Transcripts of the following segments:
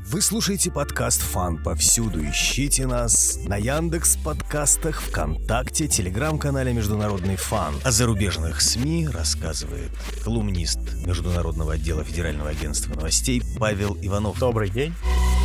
Вы слушаете подкаст «Фан» повсюду. Ищите нас на Яндекс.Подкастах, ВКонтакте, Телеграм-канале «Международный фан». О зарубежных СМИ рассказывает колумнист Международного отдела Федерального агентства новостей Павел Иванов. Добрый день.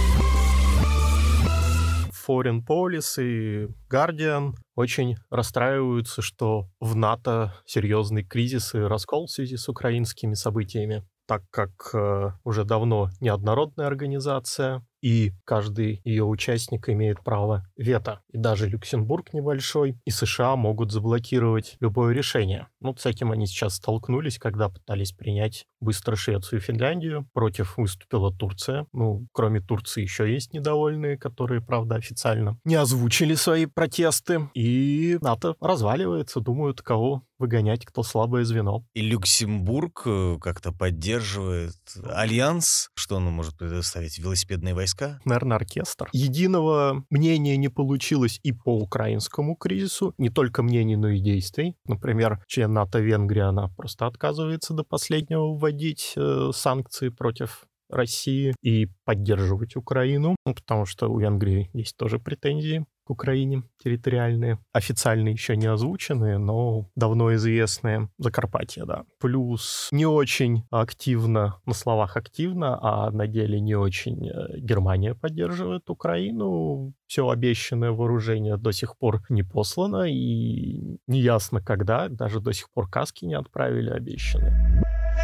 Foreign Policy и Guardian очень расстраиваются, что в НАТО серьезный кризис и раскол в связи с украинскими событиями, так как уже давно неоднородная организация, и каждый ее участник имеет право вето. И даже Люксембург небольшой, и США могут заблокировать любое решение. С этим они сейчас столкнулись, когда пытались принять быстро Швецию и Финляндию. Против выступила Турция. Кроме Турции еще есть недовольные, которые, правда, официально не озвучили свои протесты. И НАТО разваливается, думают, кого выгонять, кто слабое звено. И Люксембург как-то поддерживает альянс. Что он может предоставить? Велосипедные войска? Наверное, оркестр. Единого мнения не получилось и по украинскому кризису. Не только мнений, но и действий. Например, член НАТО Венгрия, она просто отказывается до последнего вводить санкции против России и поддерживать Украину, потому что у Венгрии есть тоже претензии к Украине территориальные. Официально еще не озвученные, но давно известные. Закарпатье, да. Плюс не очень активно, на словах активно, а на деле не очень Германия поддерживает Украину. Все обещанное вооружение до сих пор не послано, и неясно когда, даже до сих пор каски не отправили обещанные.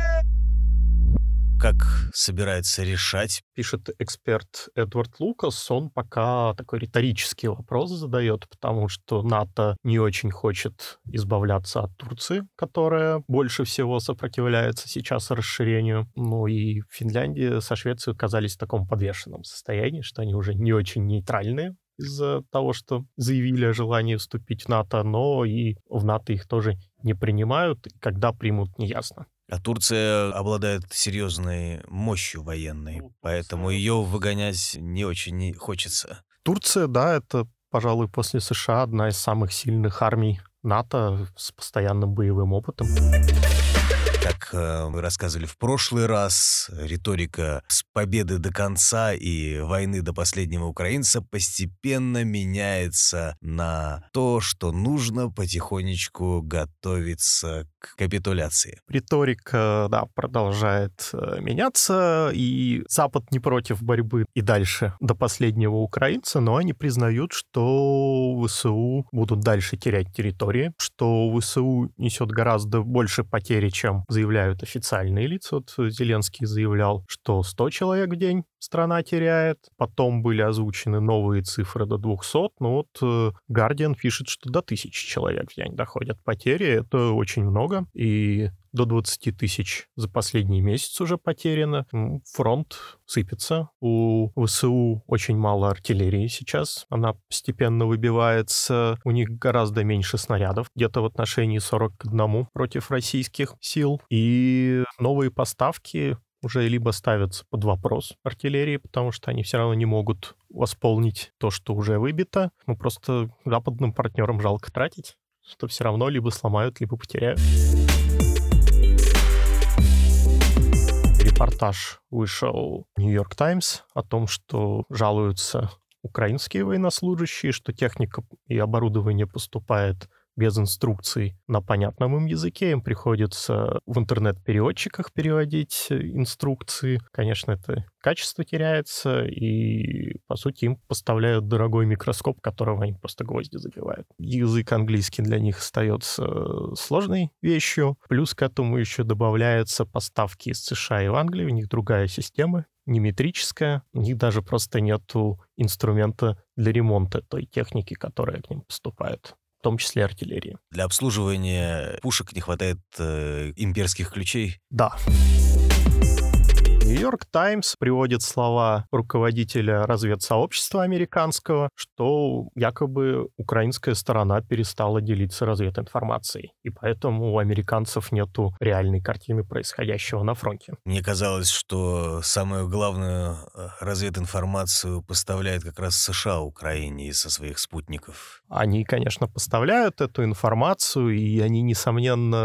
Как собирается решать? Пишет эксперт Эдвард Лукас, он пока такой риторический вопрос задает, потому что НАТО не очень хочет избавляться от Турции, которая больше всего сопротивляется сейчас расширению. И Финляндия со Швецией оказались в таком подвешенном состоянии, что они уже не очень нейтральные из-за того, что заявили о желании вступить в НАТО, но и в НАТО их тоже не принимают, и когда примут, неясно. А Турция обладает серьезной мощью военной, поэтому ее выгонять не очень хочется. Турция, да, это, пожалуй, после США одна из самых сильных армий НАТО с постоянным боевым опытом. Как мы рассказывали в прошлый раз, риторика с победы до конца и войны до последнего украинца постепенно меняется на то, что нужно потихонечку готовиться к капитуляции. Риторика, да, продолжает меняться, и Запад не против борьбы и дальше до последнего украинца, но они признают, что ВСУ будут дальше терять территории, что ВСУ несет гораздо больше потери, чем заявляют официальные лица. Зеленский заявлял, что 100 человек в день страна теряет. Потом были озвучены новые цифры до 200. Guardian пишет, что до 1000 человек в день доходят потери. Это очень много. И до 20 тысяч за последний месяц уже потеряно. Фронт сыпется. У ВСУ очень мало артиллерии сейчас. Она постепенно выбивается. У них гораздо меньше снарядов. Где-то в отношении 40 к 1 против российских сил. И новые поставки уже либо ставятся под вопрос артиллерии, потому что они все равно не могут восполнить то, что уже выбито. Просто западным партнерам жалко тратить, что все равно либо сломают, либо потеряют. Репортаж вышел в Нью-Йорк Таймс о том, что жалуются украинские военнослужащие, что техника и оборудование поступает без инструкций на понятном им языке. Им приходится в интернет-переводчиках переводить инструкции. Конечно, это качество теряется, и, по сути, им поставляют дорогой микроскоп, которого они просто гвозди забивают. Язык английский для них остается сложной вещью. Плюс к этому еще добавляются поставки из США и в Англию. У них другая система, не метрическая. У них даже просто нету инструмента для ремонта той техники, которая к ним поступает, в том числе артиллерии. Для обслуживания пушек не хватает имперских ключей? Да. Нью-Йорк Таймс приводит слова руководителя разведсообщества американского, что якобы украинская сторона перестала делиться развединформацией, и поэтому у американцев нету реальной картины происходящего на фронте. Мне казалось, что самую главную развединформацию поставляет как раз США Украине из-за своих спутников. Они, конечно, поставляют эту информацию, и они, несомненно,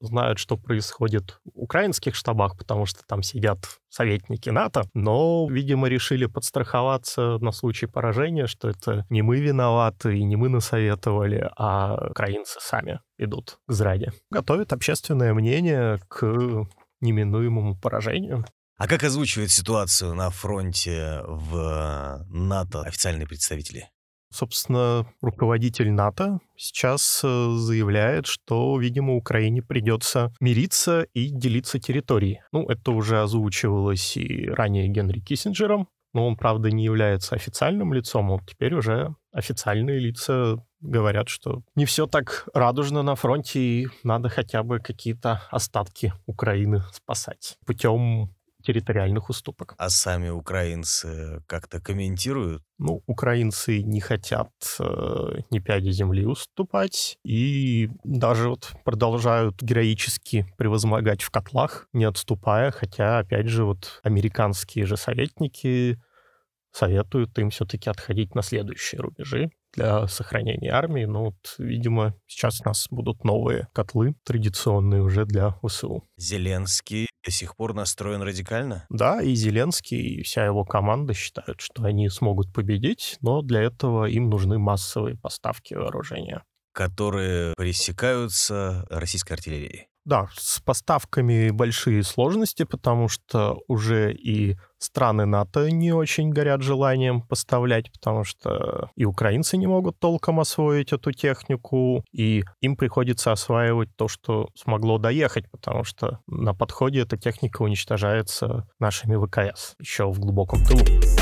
знают, что происходит в украинских штабах, потому что там сидят советники НАТО, но, видимо, решили подстраховаться на случай поражения, что это не мы виноваты и не мы насоветовали, а украинцы сами идут к зраде. Готовят общественное мнение к неминуемому поражению. А как озвучивает ситуацию на фронте в НАТО официальные представители? Собственно, руководитель НАТО сейчас заявляет, что, видимо, Украине придется мириться и делиться территорией. Это уже озвучивалось и ранее Генри Киссинджером, но он, правда, не является официальным лицом, а теперь уже официальные лица говорят, что не все так радужно на фронте, и надо хотя бы какие-то остатки Украины спасать путем территориальных уступок. А сами украинцы как-то комментируют? Украинцы не хотят ни пяди земли уступать, и даже продолжают героически превозмогать в котлах, не отступая, хотя, опять же, американские же советники советуют им все-таки отходить на следующие рубежи для сохранения армии. Видимо, сейчас у нас будут новые котлы, традиционные уже для ВСУ. Зеленский до сих пор настроен радикально? Да, и Зеленский, и вся его команда считают, что они смогут победить, но для этого им нужны массовые поставки вооружения, которые пресекаются российской артиллерией. Да, с поставками большие сложности, потому что уже и страны НАТО не очень горят желанием поставлять, потому что и украинцы не могут толком освоить эту технику, и им приходится осваивать то, что смогло доехать, потому что на подходе эта техника уничтожается нашими ВКС, еще в глубоком тылу.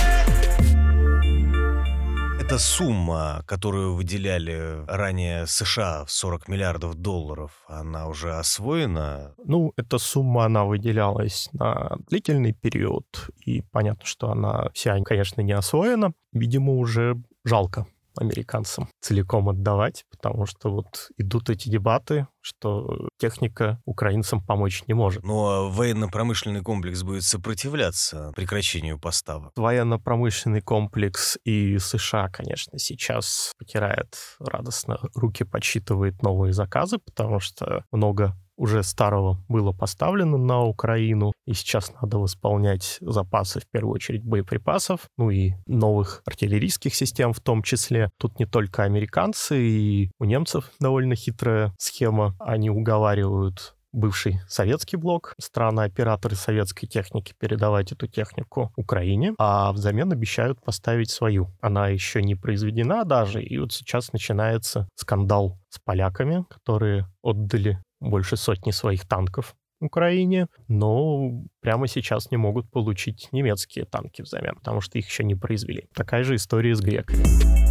Эта сумма, которую выделяли ранее США в $40 миллиардов, она уже освоена? Эта сумма, она выделялась на длительный период, и понятно, что она вся, конечно, не освоена. Видимо, уже жалко американцам целиком отдавать, потому что идут эти дебаты, что техника украинцам помочь не может. Но военно-промышленный комплекс будет сопротивляться прекращению поставок. Военно-промышленный комплекс и США, конечно, сейчас потирает радостно руки, подсчитывает новые заказы, потому что много уже старого было поставлено на Украину, и сейчас надо восполнять запасы, в первую очередь, боеприпасов, и новых артиллерийских систем в том числе. Тут не только американцы, и у немцев довольно хитрая схема. Они уговаривают бывший советский блок, страны-операторы советской техники передавать эту технику Украине, а взамен обещают поставить свою. Она еще не произведена даже, и сейчас начинается скандал с поляками, которые отдали больше сотни своих танков Украине, но прямо сейчас не могут получить немецкие танки взамен, потому что их еще не произвели. Такая же история с греками.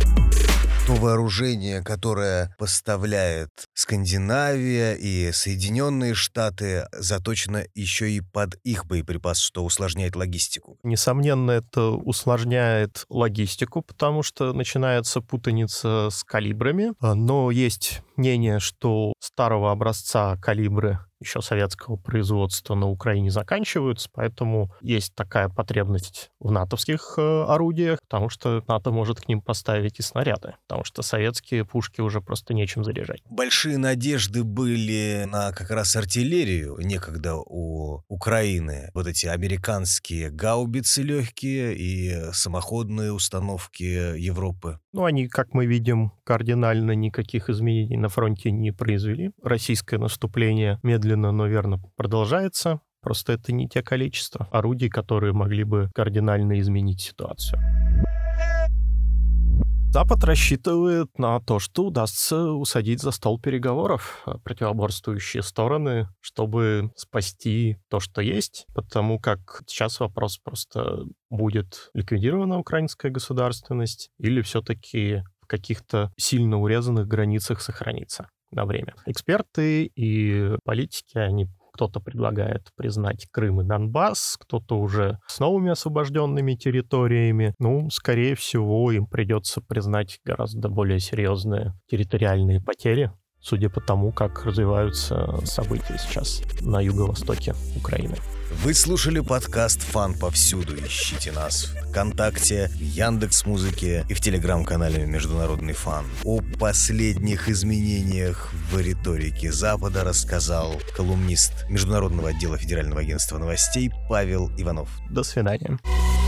То вооружение, которое поставляет Скандинавия и Соединенные Штаты, заточено еще и под их боеприпас, что усложняет логистику. Несомненно, это усложняет логистику, потому что начинается путаница с калибрами, но есть мнение, что старого образца калибры еще советского производства на Украине заканчиваются, поэтому есть такая потребность в натовских орудиях, потому что НАТО может к ним поставить и снаряды, потому что советские пушки уже просто нечем заряжать. Большие надежды были на как раз артиллерию некогда у Украины. Эти американские гаубицы легкие и самоходные установки Европы. Они, как мы видим, кардинально никаких изменений на фронте не произвели. Российское наступление медленно, но верно продолжается. Просто это не те количества орудий, которые могли бы кардинально изменить ситуацию. Запад рассчитывает на то, что удастся усадить за стол переговоров противоборствующие стороны, чтобы спасти то, что есть, потому как сейчас вопрос просто: будет ликвидирована украинская государственность или все-таки в каких-то сильно урезанных границах сохранится на время. Эксперты и политики, они кто-то предлагает признать Крым и Донбасс, кто-то уже с новыми освобожденными территориями. Скорее всего, им придется признать гораздо более серьезные территориальные потери, судя по тому, как развиваются события сейчас на юго-востоке Украины. Вы слушали подкаст «Фан повсюду». Ищите нас в ВКонтакте, в Яндекс.Музыке и в телеграм-канале «Международный фан». О последних изменениях в риторике Запада рассказал колумнист Международного отдела Федерального агентства новостей Павел Иванов. До свидания.